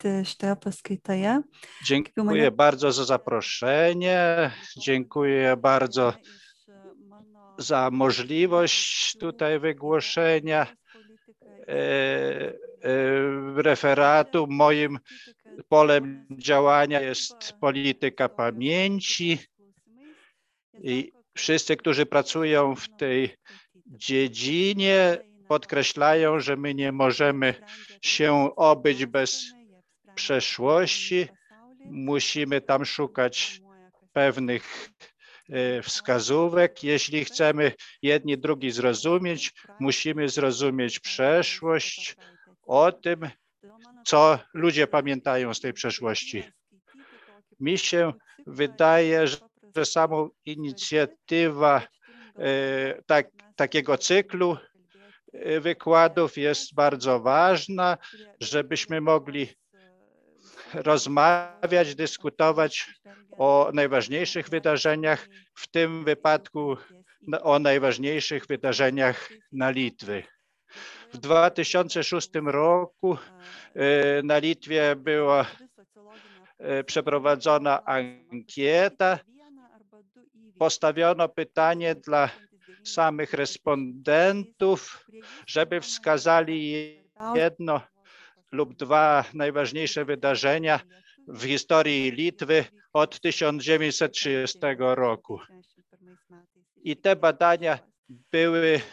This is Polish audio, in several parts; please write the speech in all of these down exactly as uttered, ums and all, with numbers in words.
šitoje paskaitoje. Dziękuję bardzo za zaproszenie. Dziękuję bardzo za możliwość tutaj wygłoszenia e, e, referatu. Moim polem działania jest polityka pamięci i wszyscy, którzy pracują w tej dziedzinie, podkreślają, że my nie możemy się obyć bez przeszłości. Musimy tam szukać pewnych wskazówek. Jeśli chcemy jedni drugi zrozumieć, musimy zrozumieć przeszłość, o tym, co ludzie pamiętają z tej przeszłości. Mi się wydaje, że samą inicjatywa e, tak, takiego cyklu wykładów jest bardzo ważna, żebyśmy mogli rozmawiać, dyskutować o najważniejszych wydarzeniach, w tym wypadku o najważniejszych wydarzeniach na Litwie. W dwa tysiące szóstym roku na Litwie była przeprowadzona ankieta. Postawiono pytanie dla samych respondentów, żeby wskazali jedno lub dwa najważniejsze wydarzenia w historii Litwy od tysiąc dziewięćset trzydziestego roku. I te badania były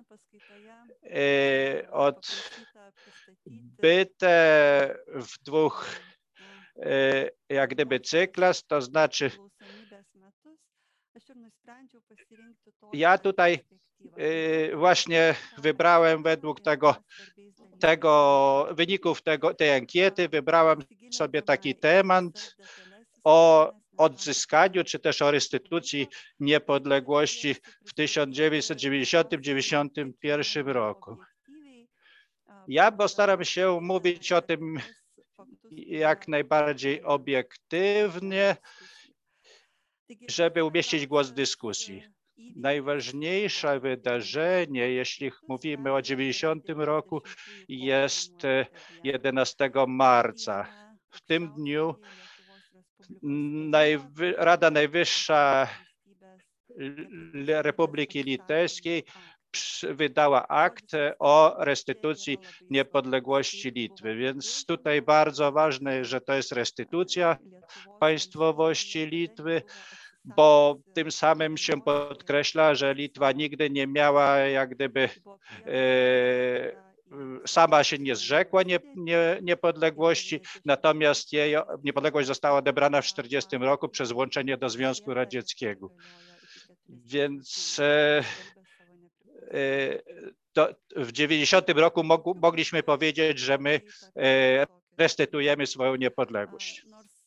e, odbyte w dwóch e, jak gdyby cyklach, to znaczy ja tutaj e, właśnie wybrałem według tego tego wyników tego, tej ankiety, wybrałem sobie taki temat o odzyskaniu czy też o restytucji niepodległości w tysiąc dziewięćset dziewięćdziesiątym do dziewięćdziesiątego pierwszego roku. Ja postaram się mówić o tym jak najbardziej obiektywnie, żeby umieścić głos w dyskusji. Najważniejsze wydarzenie, jeśli mówimy o dziewięćdziesiątym roku, jest jedenastego marca. W tym dniu Najwy Rada Najwyższa Republiki Litewskiej wydała akt o restytucji niepodległości Litwy, więc tutaj bardzo ważne, że to jest restytucja państwowości Litwy, bo tym samym się podkreśla, że Litwa nigdy nie miała jak gdyby e, sama się nie zrzekła nie, nie, niepodległości, natomiast jej niepodległość została odebrana w tysiąc dziewięćset czterdziestym roku przez włączenie do Związku Radzieckiego. Więc e, e, to w dziewięćdziesiątym roku mog, mogliśmy powiedzieć, że my e, restytujemy swoją niepodległość.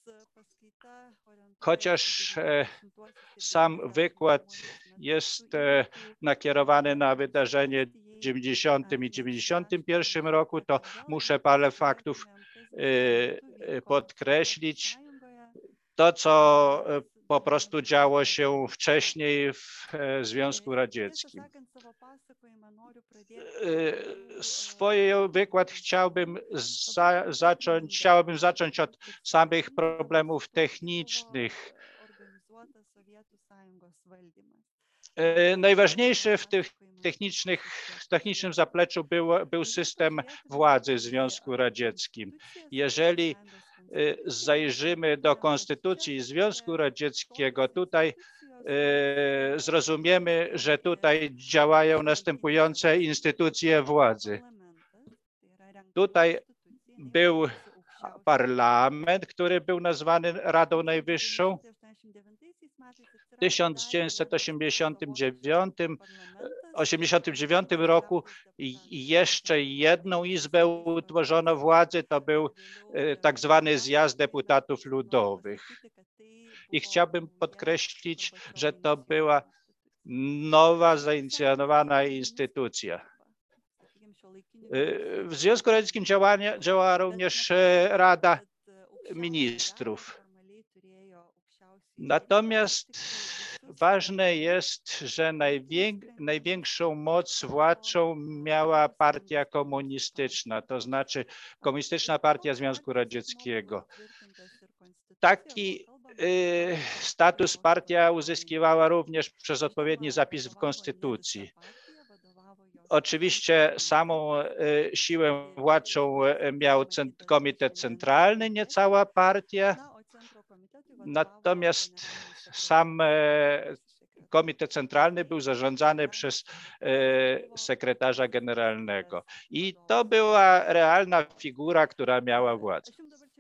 Chociaż e, sam wykład jest e, nakierowany na wydarzenie w dziewięćdziesiątym i dziewięćdziesiątym pierwszym roku, to muszę parę faktów e, podkreślić. To, co po prostu działo się wcześniej w e, Związku Radzieckim. E, swój wykład chciałbym za, zacząć, chciałbym zacząć od samych problemów technicznych. E, najważniejsze w tych technicznych, technicznym zapleczu był, był system władzy w Związku Radzieckim. Jeżeli zajrzymy do Konstytucji Związku Radzieckiego, tutaj e, zrozumiemy, że tutaj działają następujące instytucje władzy. Tutaj był parlament, który był nazwany Radą Najwyższą. W tysiąc dziewięćset osiemdziesiątym dziewiątym roku jeszcze jedną izbę utworzono władzy, to był tak zwany Zjazd Deputatów Ludowych. I chciałbym podkreślić, że to była nowa, zainicjonowana instytucja. W Związku Radzieckim działania, działała również Rada Ministrów. Natomiast ważne jest, że najwię największą moc władczą miała partia komunistyczna, to znaczy Komunistyczna Partia Związku Radzieckiego. Taki y, status partia uzyskiwała również przez odpowiedni zapis w konstytucji. Oczywiście samą y, siłę władczą miał cent Komitet Centralny, nie cała partia. Natomiast sam Komitet Centralny był zarządzany przez sekretarza generalnego i to była realna figura, która miała władzę.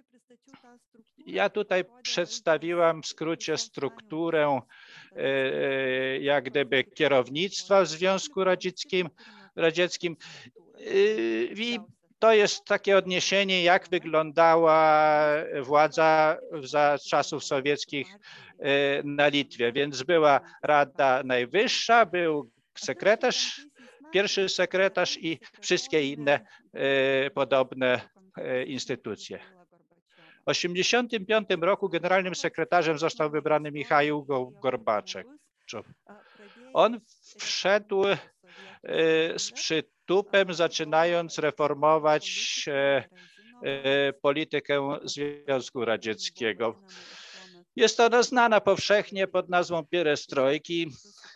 Ja tutaj przedstawiłam w skrócie strukturę jak gdyby kierownictwa w Związku Radzieckim, Radzieckim i to jest takie odniesienie, jak wyglądała władza za czasów sowieckich na Litwie. Więc była Rada Najwyższa, był sekretarz, pierwszy sekretarz i wszystkie inne podobne instytucje. W tysiąc dziewięćset osiemdziesiątym piątym roku generalnym sekretarzem został wybrany Michaił Gorbaczov. On wszedł z przytupem, zaczynając reformować politykę Związku Radzieckiego. Jest ona znana powszechnie pod nazwą pierestrojki.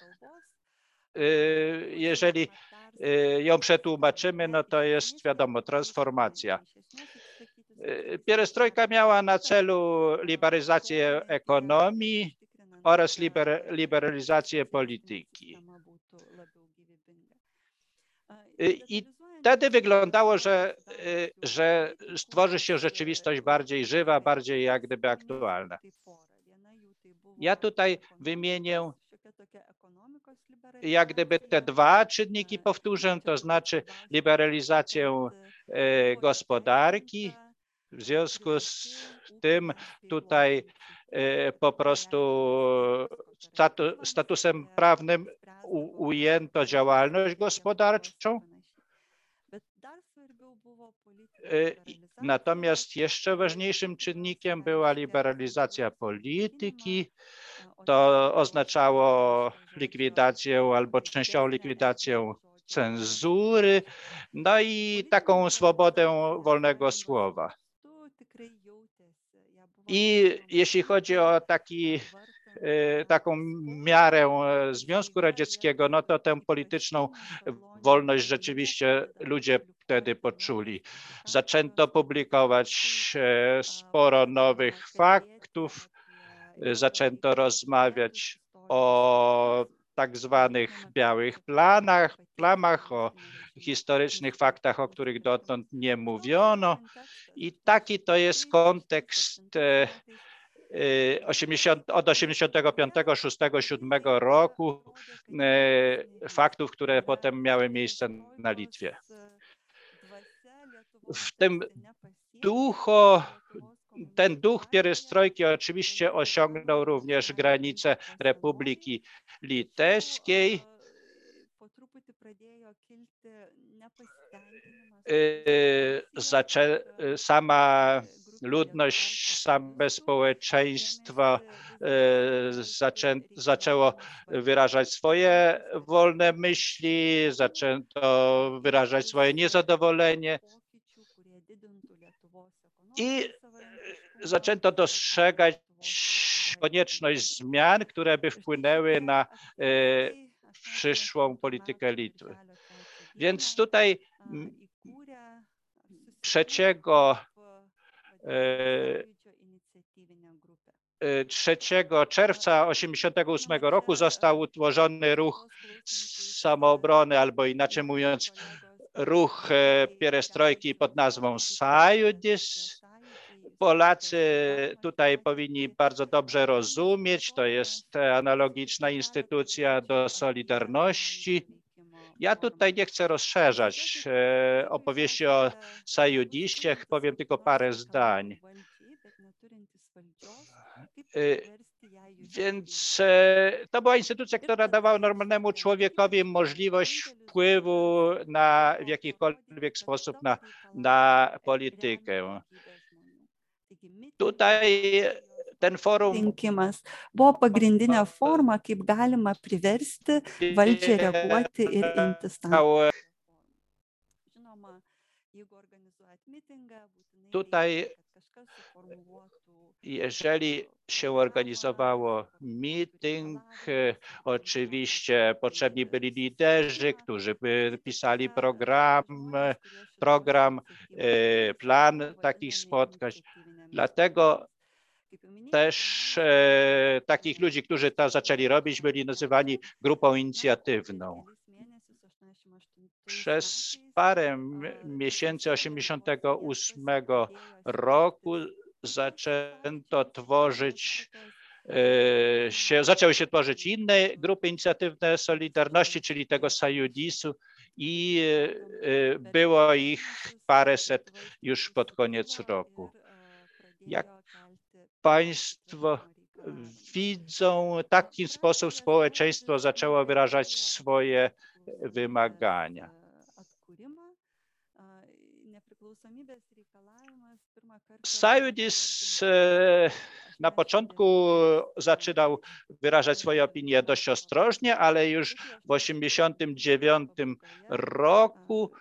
Jeżeli ją przetłumaczymy, no to jest, wiadomo, transformacja. Pierestrojka miała na celu liberalizację ekonomii oraz liber, liberalizację polityki. I wtedy wyglądało, że, że stworzy się rzeczywistość bardziej żywa, bardziej jak gdyby aktualna. Ja tutaj wymienię jak gdyby te dwa czynniki, powtórzę, to znaczy liberalizację gospodarki. W związku z tym tutaj po prostu statu, statusem prawnym u, ujęto działalność gospodarczą. Natomiast jeszcze ważniejszym czynnikiem była liberalizacja polityki. To oznaczało likwidację albo częściową likwidację cenzury, no i taką swobodę wolnego słowa. I jeśli chodzi o taki, taką miarę Związku Radzieckiego, no to tę polityczną wolność rzeczywiście ludzie wtedy poczuli. Zaczęto publikować sporo nowych faktów, zaczęto rozmawiać o tak zwanych białych planach, plamach, o historycznych faktach, o których dotąd nie mówiono. I taki to jest kontekst od osiemdziesiątego piątego, szóstego, siódmego roku faktów, które potem miały miejsce na Litwie. W tym duchu, ten duch pierestrojki oczywiście osiągnął również granice Republiki Litewskiej. Zaczę, sama ludność, same społeczeństwo zaczę, zaczęło wyrażać swoje wolne myśli, zaczęto wyrażać swoje niezadowolenie i zaczęto dostrzegać konieczność zmian, które by wpłynęły na przyszłą politykę Litwy. Więc tutaj trzeciego trzeciego czerwca tysiąc dziewięćset osiemdziesiątego ósmego roku został utworzony ruch samoobrony, albo inaczej mówiąc ruch pierestrojki pod nazwą Sąjūdis. Polacy tutaj powinni bardzo dobrze rozumieć, to jest analogiczna instytucja do Solidarności. Ja tutaj nie chcę rozszerzać opowieści o Sąjūdiście, powiem tylko parę zdań. Więc to była instytucja, która dawała normalnemu człowiekowi możliwość wpływu na w jakikolwiek sposób na, na politykę. Tutaj ten forum rinkimas buvo pagrindinė forma, kaip galima priversti valdžią reaguoti ir imtis tam. Žinoma, jeigu organizuojat mitingą, būtinai tutaj, reikia, kad kažkas suformuluotų jeżeli się organizowało meeting, oczywiście potrzebni byli liderzy, którzy by pisali program, program, plan takich spotkań. Dlatego też e, takich ludzi, którzy to zaczęli robić, byli nazywani grupą inicjatywną. Przez parę miesięcy osiemdziesiątego ósmego roku zaczęto tworzyć e, się, zaczęły się tworzyć inne grupy inicjatywne Solidarności, czyli tego Sojudisu, i e, było ich paręset już pod koniec roku. Jak Państwo widzą, w taki sposób społeczeństwo zaczęło wyrażać swoje wymagania. Sojudis na początku zaczynał wyrażać swoje opinie dość ostrożnie, ale już w osiemdziesiątym dziewiątym roku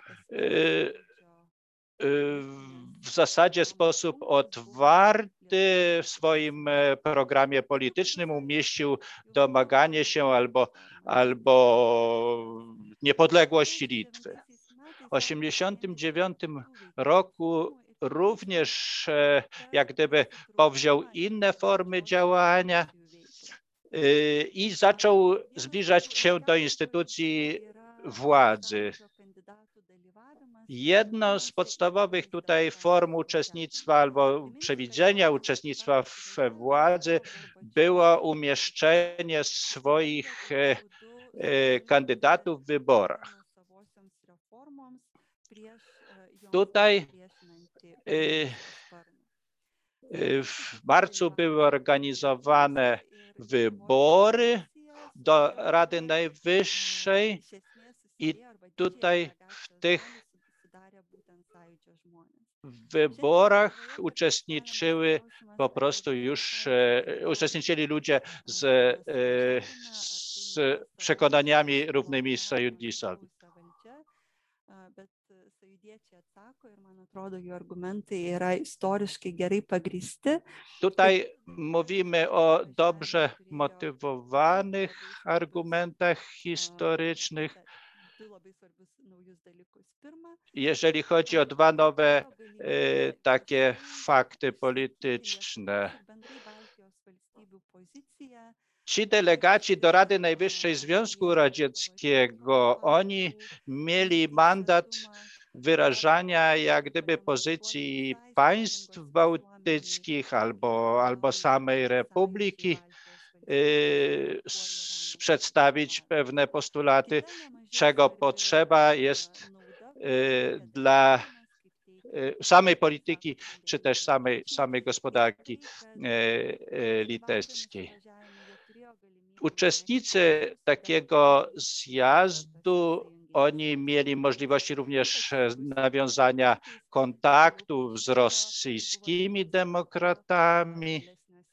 w zasadzie w sposób otwarty w swoim programie politycznym umieścił domaganie się albo, albo niepodległości Litwy. W osiemdziesiątym dziewiątym roku również jak gdyby powziął inne formy działania i zaczął zbliżać się do instytucji władzy. Jedną z podstawowych tutaj form uczestnictwa albo przewidzenia uczestnictwa w władzy było umieszczenie swoich kandydatów w wyborach. Tutaj w marcu były organizowane wybory do Rady Najwyższej i tutaj w tych wyborach uczestniczyły po prostu już, uczestniczyli ludzie z, z przekonaniami równymi Sojudisowi. Tutaj mówimy o dobrze motywowanych argumentach historycznych. Jeżeli chodzi o dwa nowe y, takie fakty polityczne. Ci delegaci do Rady Najwyższej Związku Radzieckiego, oni mieli mandat wyrażania jak gdyby pozycji państw bałtyckich albo, albo samej Republiki, y, s, przedstawić pewne postulaty, czego potrzeba jest y, dla y, samej polityki, czy też samej, samej gospodarki y, y, litewskiej. Uczestnicy takiego zjazdu, oni mieli możliwości również nawiązania kontaktów z rosyjskimi demokratami,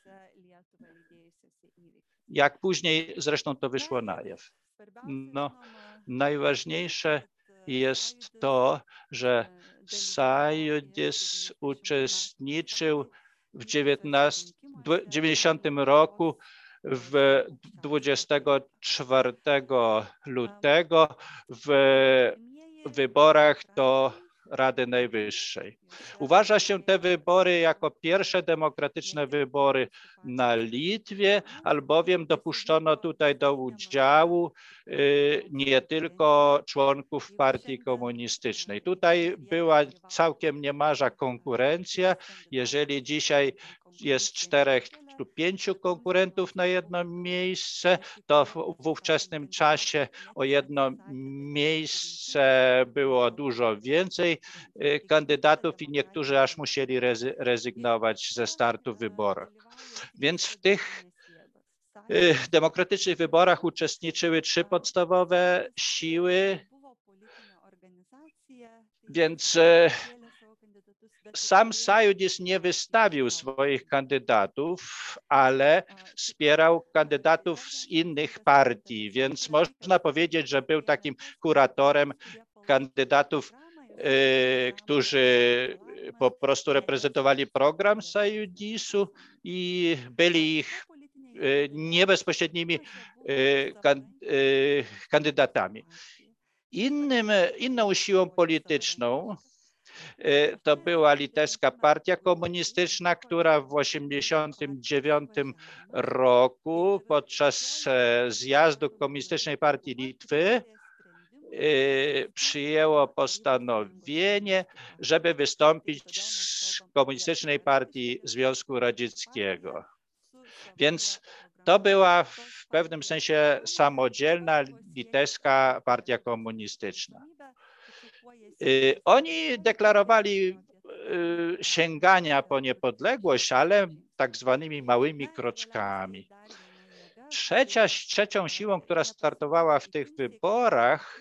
jak później zresztą to wyszło na jaw. No, najważniejsze jest to, że Sojudis uczestniczył w dziewięćdziesiątym roku w dwudziestego czwartego lutego w wyborach do Rady Najwyższej. Uważa się te wybory jako pierwsze demokratyczne wybory na Litwie, albowiem dopuszczono tutaj do udziału nie tylko członków partii komunistycznej. Tutaj była całkiem niemarza konkurencja. Jeżeli dzisiaj jest czterech lub pięciu konkurentów na jedno miejsce, to w, w ówczesnym czasie o jedno miejsce było dużo więcej kandydatów i niektórzy aż musieli rezy, rezygnować ze startu w wyborach. Więc w tych demokratycznych wyborach uczestniczyły trzy podstawowe siły, więc Sam Sąjūdis nie wystawił swoich kandydatów, ale wspierał kandydatów z innych partii, więc można powiedzieć, że był takim kuratorem kandydatów, którzy po prostu reprezentowali program Sąjūdisu i byli ich nie bezpośrednimi kandydatami. Innym, inną siłą polityczną to była Litewska Partia Komunistyczna, która w osiemdziesiątym dziewiątym roku podczas zjazdu Komunistycznej Partii Litwy przyjęło postanowienie, żeby wystąpić z Komunistycznej Partii Związku Radzieckiego. Więc to była w pewnym sensie samodzielna litewska partia komunistyczna. Oni deklarowali sięgania po niepodległość, ale tak zwanymi małymi kroczkami. Trzecia, trzecią siłą, która startowała w tych wyborach,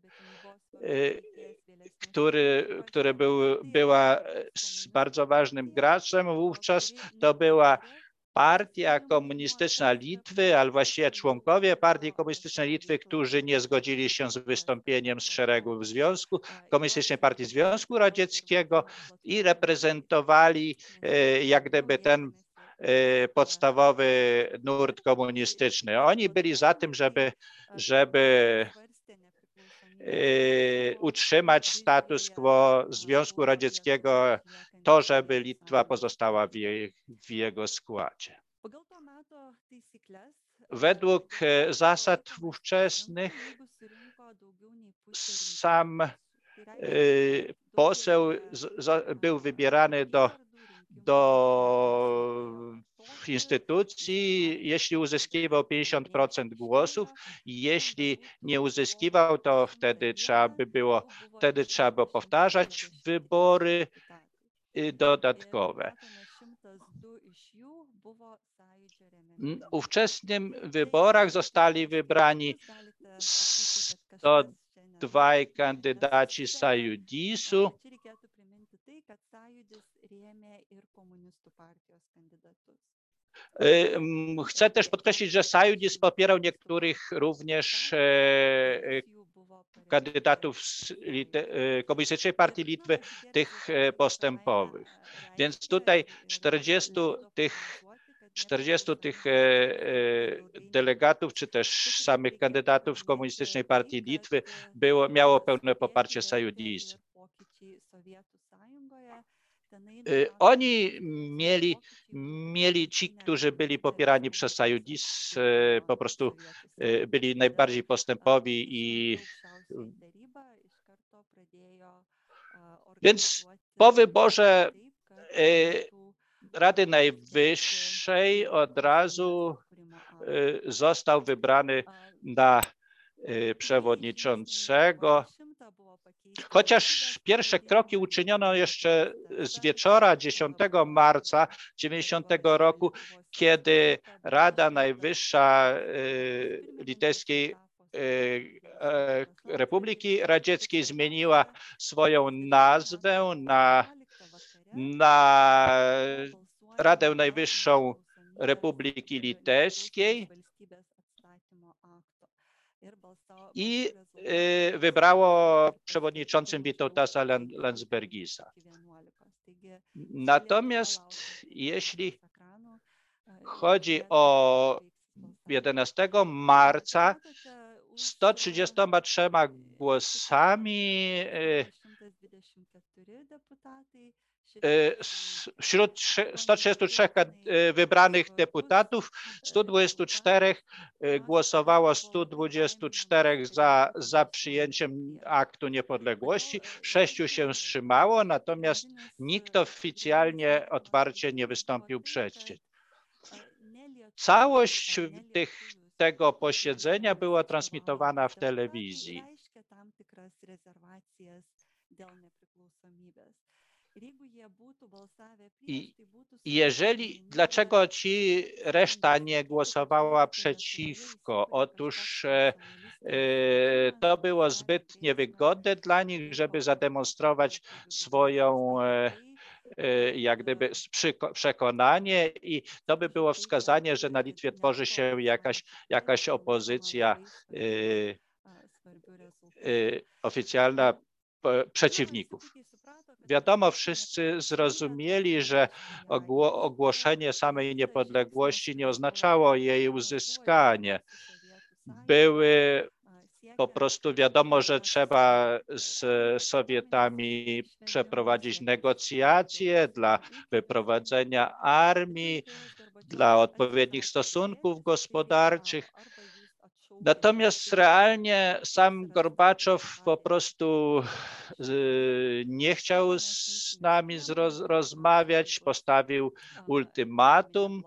który, który był, była bardzo ważnym graczem wówczas, to była Partia Komunistyczna Litwy, ale właściwie członkowie Partii Komunistycznej Litwy, którzy nie zgodzili się z wystąpieniem z szeregu Związku, Komunistycznej Partii Związku Radzieckiego i reprezentowali jak gdyby ten podstawowy nurt komunistyczny. Oni byli za tym, żeby, żeby utrzymać status quo Związku Radzieckiego, to, żeby Litwa pozostała w, jej, w jego składzie. Według zasad ówczesnych sam poseł był wybierany do, do instytucji, jeśli uzyskiwał pięćdziesiąt procent głosów. Jeśli nie uzyskiwał, to wtedy trzeba by było, wtedy trzeba było powtarzać wybory dodatkowe. W ówczesnych wyborach zostali wybrani sto dwaj kandydaci Sąjūdisu. Chcę też podkreślić, że Sąjūdis popierał niektórych również kandydatów z Komunistycznej Partii Litwy, tych postępowych. Więc tutaj czterdziestu tych, czterdziestu tych delegatów, czy też samych kandydatów z Komunistycznej Partii Litwy było, miało pełne poparcie Sąjūdisu. Oni mieli, mieli ci, którzy byli popierani przez Sąjūdis, po prostu byli najbardziej postępowi i więc po wyborze Rady Najwyższej od razu został wybrany na przewodniczącego. Chociaż pierwsze kroki uczyniono jeszcze z wieczora dziesiątego marca dziewięćdziesiątego roku, kiedy Rada Najwyższa Litewskiej Republiki Radzieckiej zmieniła swoją nazwę na, na Radę Najwyższą Republiki Litewskiej i wybrało przewodniczącym Vytautasa Landsbergisa. Natomiast jeśli chodzi o jedenastego marca, sto trzydziestoma trzema głosami wśród stu trzydziestu trzech wybranych deputatów stu dwudziestu czterech głosowało stu dwudziestu czterech za, za przyjęciem aktu niepodległości, sześciu się wstrzymało, natomiast nikt oficjalnie otwarcie nie wystąpił przeciw. Całość tych, tego posiedzenia była transmitowana w telewizji. I jeżeli, dlaczego ci reszta nie głosowała przeciwko? Otóż e, to było zbyt niewygodne dla nich, żeby zademonstrować swoją, e, jak gdyby przekonanie i to by było wskazanie, że na Litwie tworzy się jakaś, jakaś opozycja oficjalna przeciwników. Wiadomo, wszyscy zrozumieli, że ogłoszenie samej niepodległości nie oznaczało jej uzyskanie. Były po prostu wiadomo, że trzeba z Sowietami przeprowadzić negocjacje dla wyprowadzenia armii, dla odpowiednich stosunków gospodarczych. Natomiast realnie sam Gorbaczow po prostu nie chciał z nami rozmawiać, postawił ultymatum.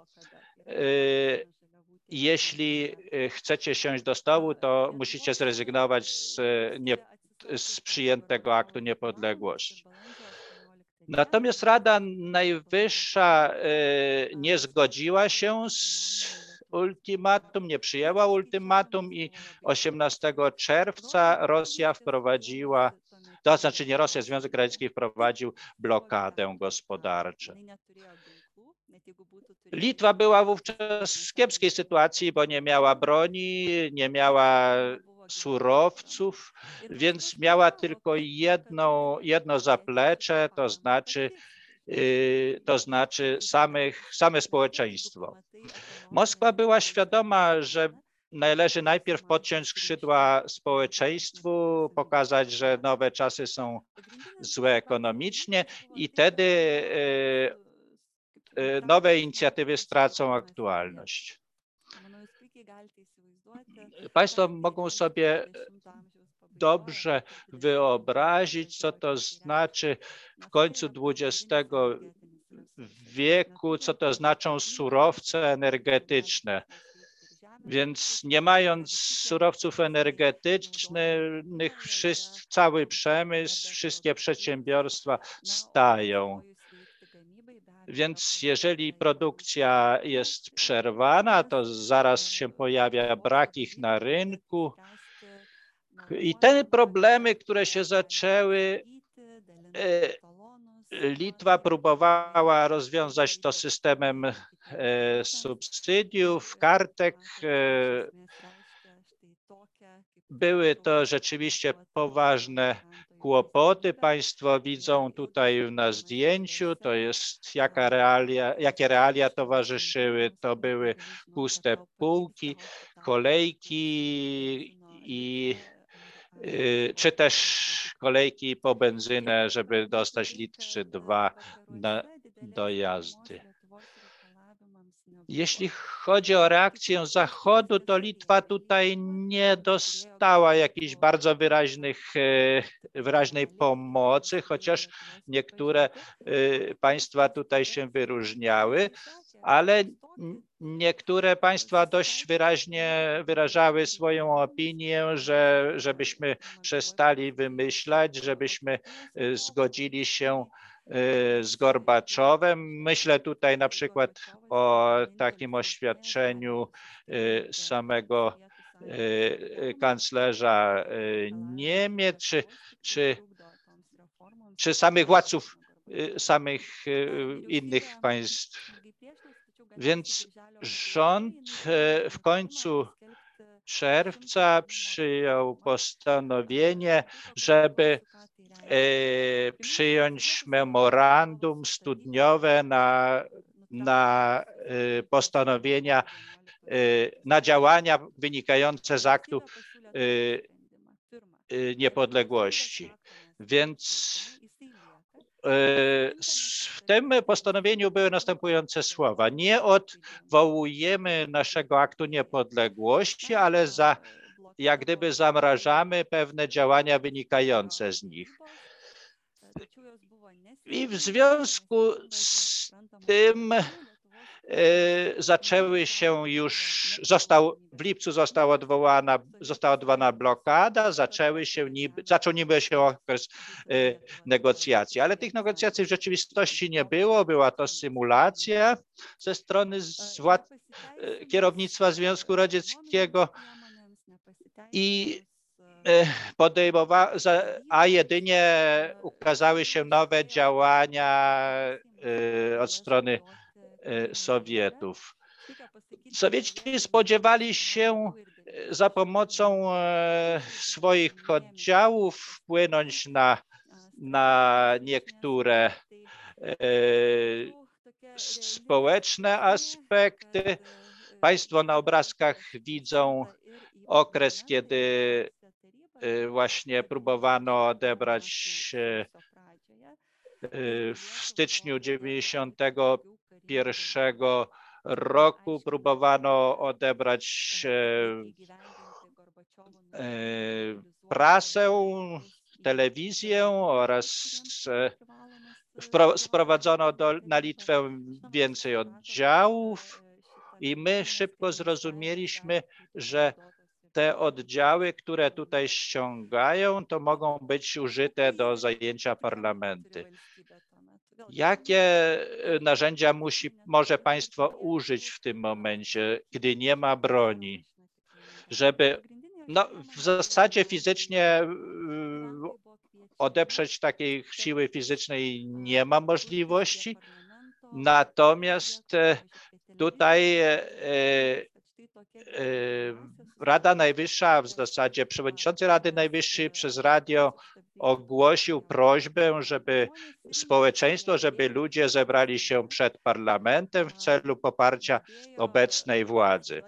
Jeśli chcecie siąść do stołu, to musicie zrezygnować z, nie, z przyjętego aktu niepodległości. Natomiast Rada Najwyższa nie zgodziła się z ultimatum, nie przyjęła ultimatum i osiemnastego czerwca Rosja wprowadziła, to znaczy nie Rosja, Związek Radziecki wprowadził blokadę gospodarczą. Litwa była wówczas w kiepskiej sytuacji, bo nie miała broni, nie miała surowców, więc miała tylko jedno, jedno zaplecze, to znaczy, to znaczy samych, same społeczeństwo. Moskwa była świadoma, że należy najpierw podciąć skrzydła społeczeństwu, pokazać, że nowe czasy są złe ekonomicznie i wtedy nowe inicjatywy stracą aktualność. Państwo mogą sobie dobrze wyobrazić, co to znaczy w końcu dwudziestego wieku, co to znaczą surowce energetyczne. Więc nie mając surowców energetycznych, wszyscy, cały przemysł, wszystkie przedsiębiorstwa stają. Więc jeżeli produkcja jest przerwana, to zaraz się pojawia brak ich na rynku. I te problemy, które się zaczęły, Litwa próbowała rozwiązać to systemem subsydiów, kartek. Były to rzeczywiście poważne kłopoty. Państwo widzą tutaj na zdjęciu, to jest jaka realia, jakie realia towarzyszyły. To były puste półki, kolejki i czy też kolejki po benzynę, żeby dostać litr czy dwa na, do jazdy. Jeśli chodzi o reakcję Zachodu, to Litwa tutaj nie dostała jakiejś bardzo wyraźnych, wyraźnej pomocy, chociaż niektóre państwa tutaj się wyróżniały, ale niektóre państwa dość wyraźnie wyrażały swoją opinię, że żebyśmy przestali wymyślać, żebyśmy zgodzili się z Gorbaczowem. Myślę tutaj na przykład o takim oświadczeniu samego kanclerza Niemiec, czy, czy, czy samych władców samych innych państw. Więc rząd w końcu czerwca przyjął postanowienie, żeby przyjąć memorandum studniowe na, na postanowienia, na działania wynikające z aktu niepodległości. Więc w tym postanowieniu były następujące słowa. Nie odwołujemy naszego aktu niepodległości, ale za, jak gdyby zamrażamy pewne działania wynikające z nich. I w związku z tym zaczęły się już, został, w lipcu została odwołana, została odwołana blokada, zaczęły się niby, zaczął niby się okres negocjacji, ale tych negocjacji w rzeczywistości nie było, była to symulacja ze strony władz, kierownictwa Związku Radzieckiego i podejmowa, a jedynie ukazały się nowe działania od strony Sowietów. Sowieci spodziewali się za pomocą swoich oddziałów wpłynąć na, na niektóre społeczne aspekty. Państwo na obrazkach widzą okres, kiedy właśnie próbowano odebrać w styczniu dziewięćdziesiątego pierwszego roku próbowano odebrać prasę, telewizję oraz sprowadzono do, na Litwę więcej oddziałów i my szybko zrozumieliśmy, że te oddziały, które tutaj ściągają, to mogą być użyte do zajęcia parlamenty. Jakie narzędzia musi, może państwo użyć w tym momencie, gdy nie ma broni, żeby no, w zasadzie fizycznie odeprzeć takiej siły fizycznej nie ma możliwości, natomiast tutaj Rada Najwyższa, w zasadzie przewodniczący Rady Najwyższej przez radio ogłosił prośbę, żeby społeczeństwo, żeby ludzie zebrali się przed parlamentem w celu poparcia obecnej władzy.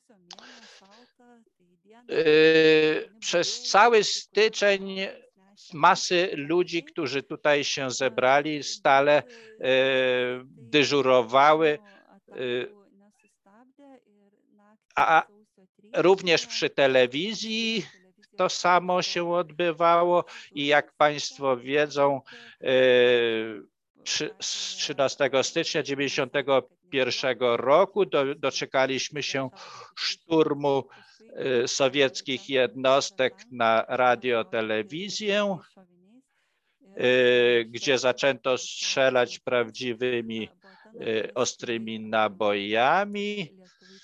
Przez cały styczeń masy ludzi, którzy tutaj się zebrali, stale dyżurowały, a również przy telewizji to samo się odbywało i jak państwo wiedzą, z trzynastego stycznia dziewięćdziesiątego pierwszego roku do, doczekaliśmy się szturmu sowieckich jednostek na radio, telewizję, gdzie zaczęto strzelać prawdziwymi ostrymi nabojami.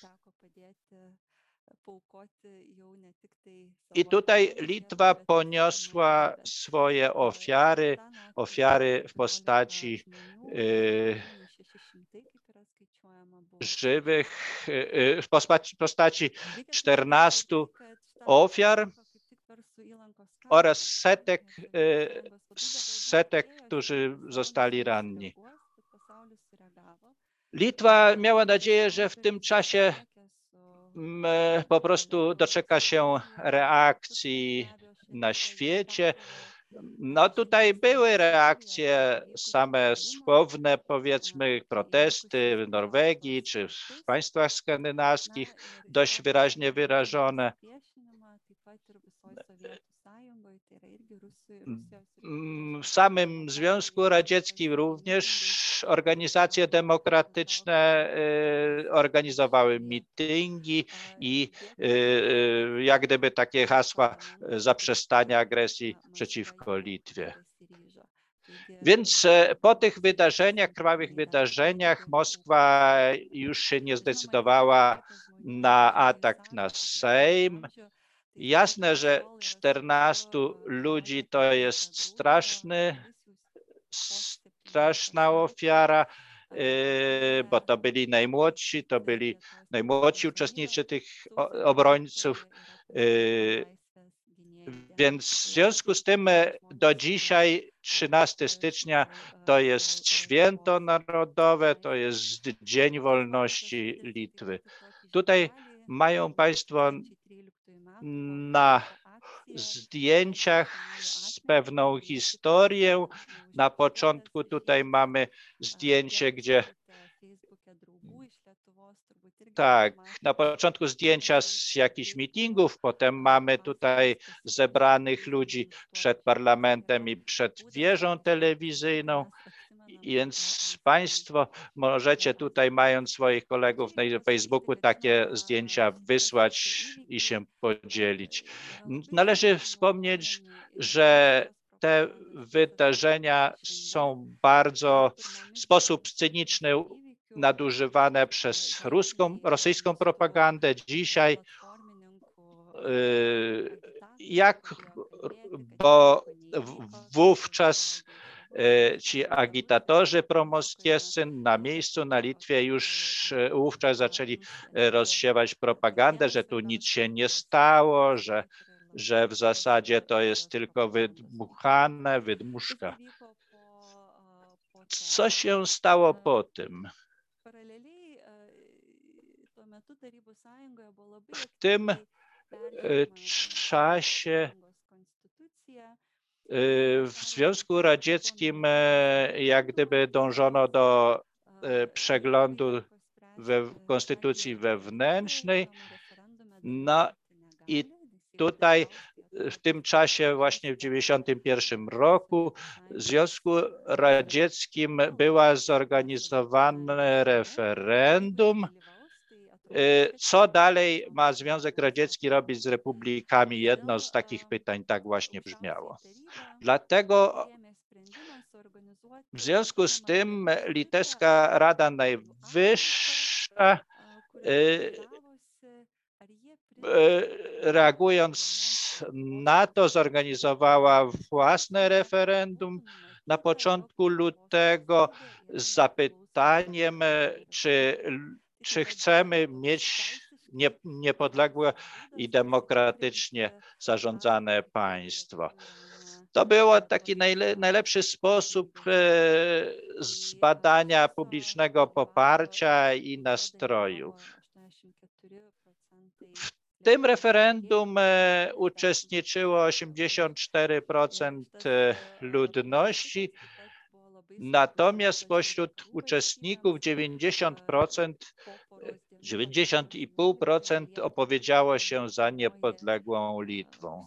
I tutaj Litwa poniosła swoje ofiary, ofiary w postaci y, żywych, y, w postaci, postaci czternastu ofiar oraz setek, y, setek, którzy zostali ranni. Litwa miała nadzieję, że w tym czasie po prostu doczeka się reakcji na świecie. No tutaj były reakcje same słowne, powiedzmy, protesty w Norwegii czy w państwach skandynawskich dość wyraźnie wyrażone. W samym Związku Radzieckim również organizacje demokratyczne organizowały mityngi i jak gdyby takie hasła zaprzestania agresji przeciwko Litwie. Więc po tych wydarzeniach, krwawych wydarzeniach, Moskwa już się nie zdecydowała na atak na Sejm. Jasne, że czternastu ludzi to jest straszny, straszna ofiara, bo to byli najmłodsi, to byli najmłodsi uczestnicy tych obrońców. Więc w związku z tym do dzisiaj trzynastego stycznia to jest święto narodowe, to jest Dzień Wolności Litwy. Tutaj mają państwo na zdjęciach z pewną historię. Na początku tutaj mamy zdjęcie, gdzie tak, na początku zdjęcia z jakichś mitingów, potem mamy tutaj zebranych ludzi przed parlamentem i przed wieżą telewizyjną. Więc państwo możecie tutaj, mając swoich kolegów na Facebooku, takie zdjęcia wysłać i się podzielić. Należy wspomnieć, że te wydarzenia są bardzo w sposób cyniczny nadużywane przez ruską, rosyjską propagandę. Dzisiaj yy, jak, bo wówczas ci agitatorzy promoskiewscy na miejscu na Litwie już wówczas zaczęli rozsiewać propagandę, że tu nic się nie stało, że, że w zasadzie to jest tylko wydmuchane, wydmuszka. Co się stało po tym? W tym czasie w Związku Radzieckim jak gdyby dążono do przeglądu we konstytucji wewnętrznej. No i tutaj w tym czasie właśnie w dziewięćdziesiątym pierwszym roku w Związku Radzieckim była zorganizowane referendum. Co dalej ma Związek Radziecki robić z republikami? Jedno z takich pytań tak właśnie brzmiało. Dlatego w związku z tym Litewska Rada Najwyższa reagując na to zorganizowała własne referendum na początku lutego z zapytaniem, czy Czy chcemy mieć niepodległe i demokratycznie zarządzane państwo? To był taki najlepszy sposób zbadania publicznego poparcia i nastrojów. W tym referendum uczestniczyło osiemdziesiąt cztery procent ludności. Natomiast spośród uczestników dziewięćdziesiąt procent, dziewięćdziesiąt i pół procent opowiedziało się za niepodległą Litwą.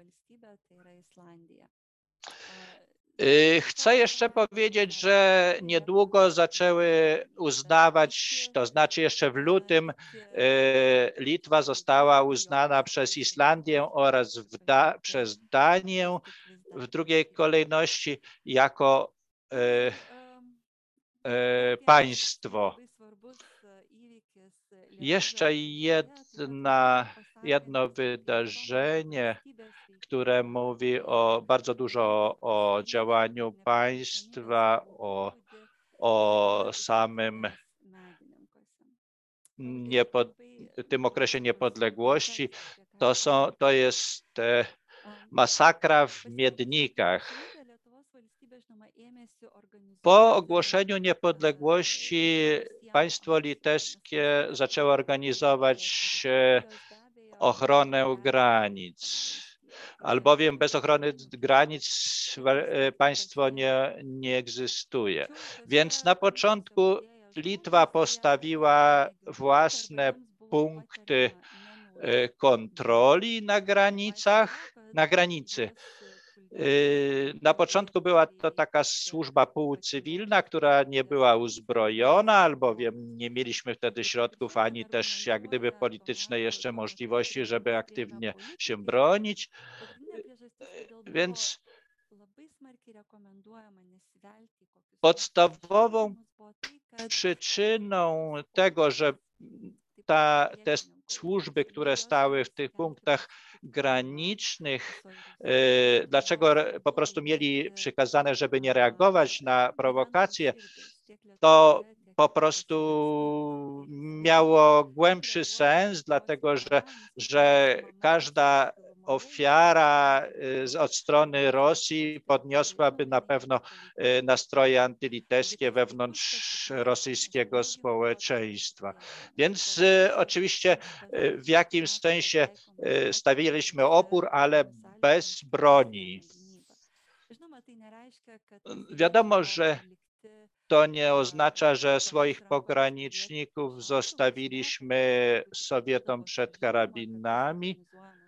Chcę jeszcze powiedzieć, że niedługo zaczęły uznawać, to znaczy jeszcze w lutym Litwa została uznana przez Islandię oraz w da, przez Danię w drugiej kolejności jako państwo. Jeszcze jedna, jedno wydarzenie, które mówi o bardzo dużo o, o działaniu państwa, o, o samym niepod, tym okresie niepodległości, to, są, to jest masakra w Miednikach. Po ogłoszeniu niepodległości państwo litewskie zaczęło organizować ochronę granic, albowiem bez ochrony granic państwo nie, nie egzystuje. Więc na początku Litwa postawiła własne punkty kontroli na granicach, na granicy. Na początku była to taka służba półcywilna, która nie była uzbrojona, albowiem nie mieliśmy wtedy środków ani też jak gdyby politycznej jeszcze możliwości, żeby aktywnie się bronić. Więc podstawową przyczyną tego, że ta, te służby, które stały w tych punktach granicznych, dlaczego po prostu mieli przykazane, żeby nie reagować na prowokacje, to po prostu miało głębszy sens, dlatego że, że każda ofiara od strony Rosji podniosłaby na pewno nastroje antylitewskie wewnątrz rosyjskiego społeczeństwa. Więc oczywiście w jakimś sensie stawiliśmy opór, ale bez broni. Wiadomo, że to nie oznacza, że swoich pograniczników zostawiliśmy Sowietom przed karabinami.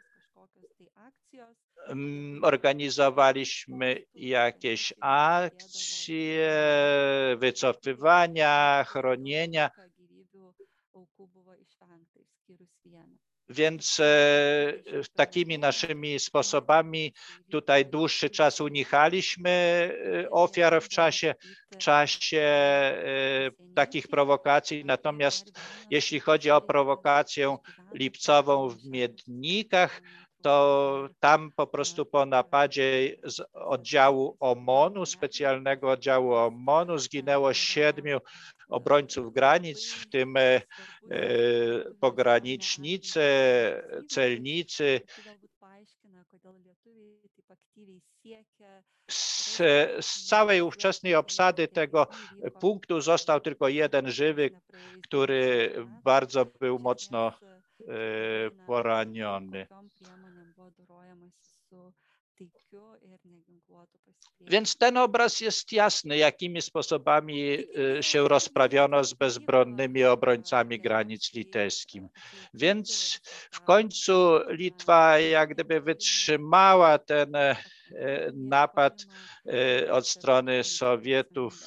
Organizowaliśmy jakieś akcje wycofywania, chronienia. Więc takimi naszymi sposobami tutaj dłuższy czas unikaliśmy ofiar w czasie, w czasie takich prowokacji. Natomiast jeśli chodzi o prowokację lipcową w Miednikach, to tam po prostu po napadzie z oddziału O M O N-u, specjalnego oddziału O M O N-u zginęło siedmiu obrońców granic, w tym e, pogranicznicy, celnicy. Z, z całej ówczesnej obsady tego punktu został tylko jeden żywy, który bardzo był mocno e, poraniony. Więc ten obraz jest jasny, jakimi sposobami się rozprawiono z bezbronnymi obrońcami granic litewskich. Więc w końcu Litwa jak gdyby wytrzymała ten napad od strony Sowietów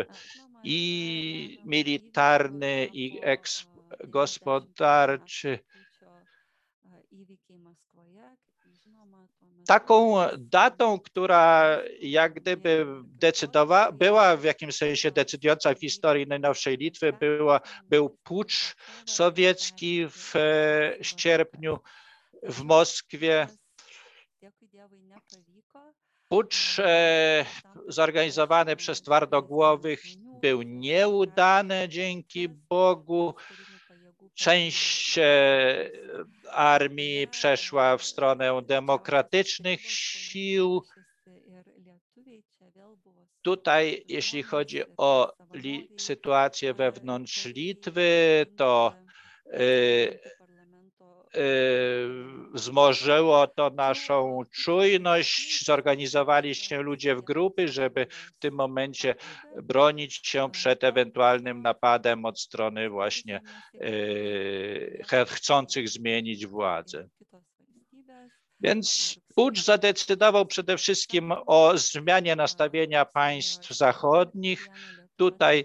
i militarny, i gospodarczy. Taką datą, która jak gdyby decydowała, była w jakimś sensie decydująca w historii najnowszej Litwy, była, był pucz sowiecki w sierpniu w Moskwie. Pucz e, zorganizowany przez Twardogłowych był nieudany, dzięki Bogu. Część e, armii przeszła w stronę demokratycznych sił. Tutaj, jeśli chodzi o li, sytuację wewnątrz Litwy, to e, wzmożyło to naszą czujność. Zorganizowali się ludzie w grupy, żeby w tym momencie bronić się przed ewentualnym napadem od strony właśnie chcących zmienić władzę. Więc pucz zadecydował przede wszystkim o zmianie nastawienia państw zachodnich. Tutaj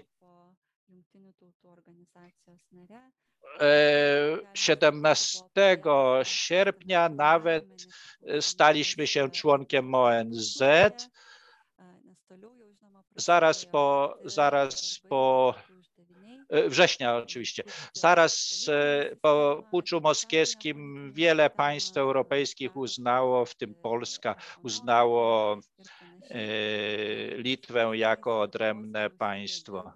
siedemnastego sierpnia nawet staliśmy się członkiem O N Z. Zaraz po, zaraz po września oczywiście. Zaraz po puczu moskiewskim wiele państw europejskich uznało, w tym Polska, uznało Litwę jako odrębne państwo.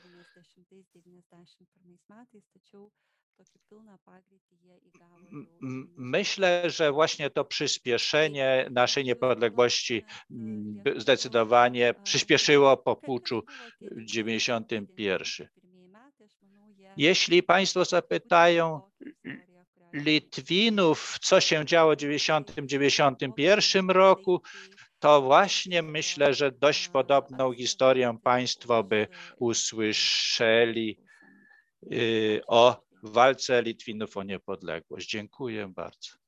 Myślę, że właśnie to przyspieszenie naszej niepodległości zdecydowanie przyspieszyło po puczu w dziewięćdziesiątym pierwszym. Jeśli Państwo zapytają Litwinów, co się działo w dziewięćdziesiątym dziewięćdziesiątym pierwszym roku, to właśnie myślę, że dość podobną historię Państwo by usłyszeli o walce Litwinów o niepodległość. Dziękuję bardzo.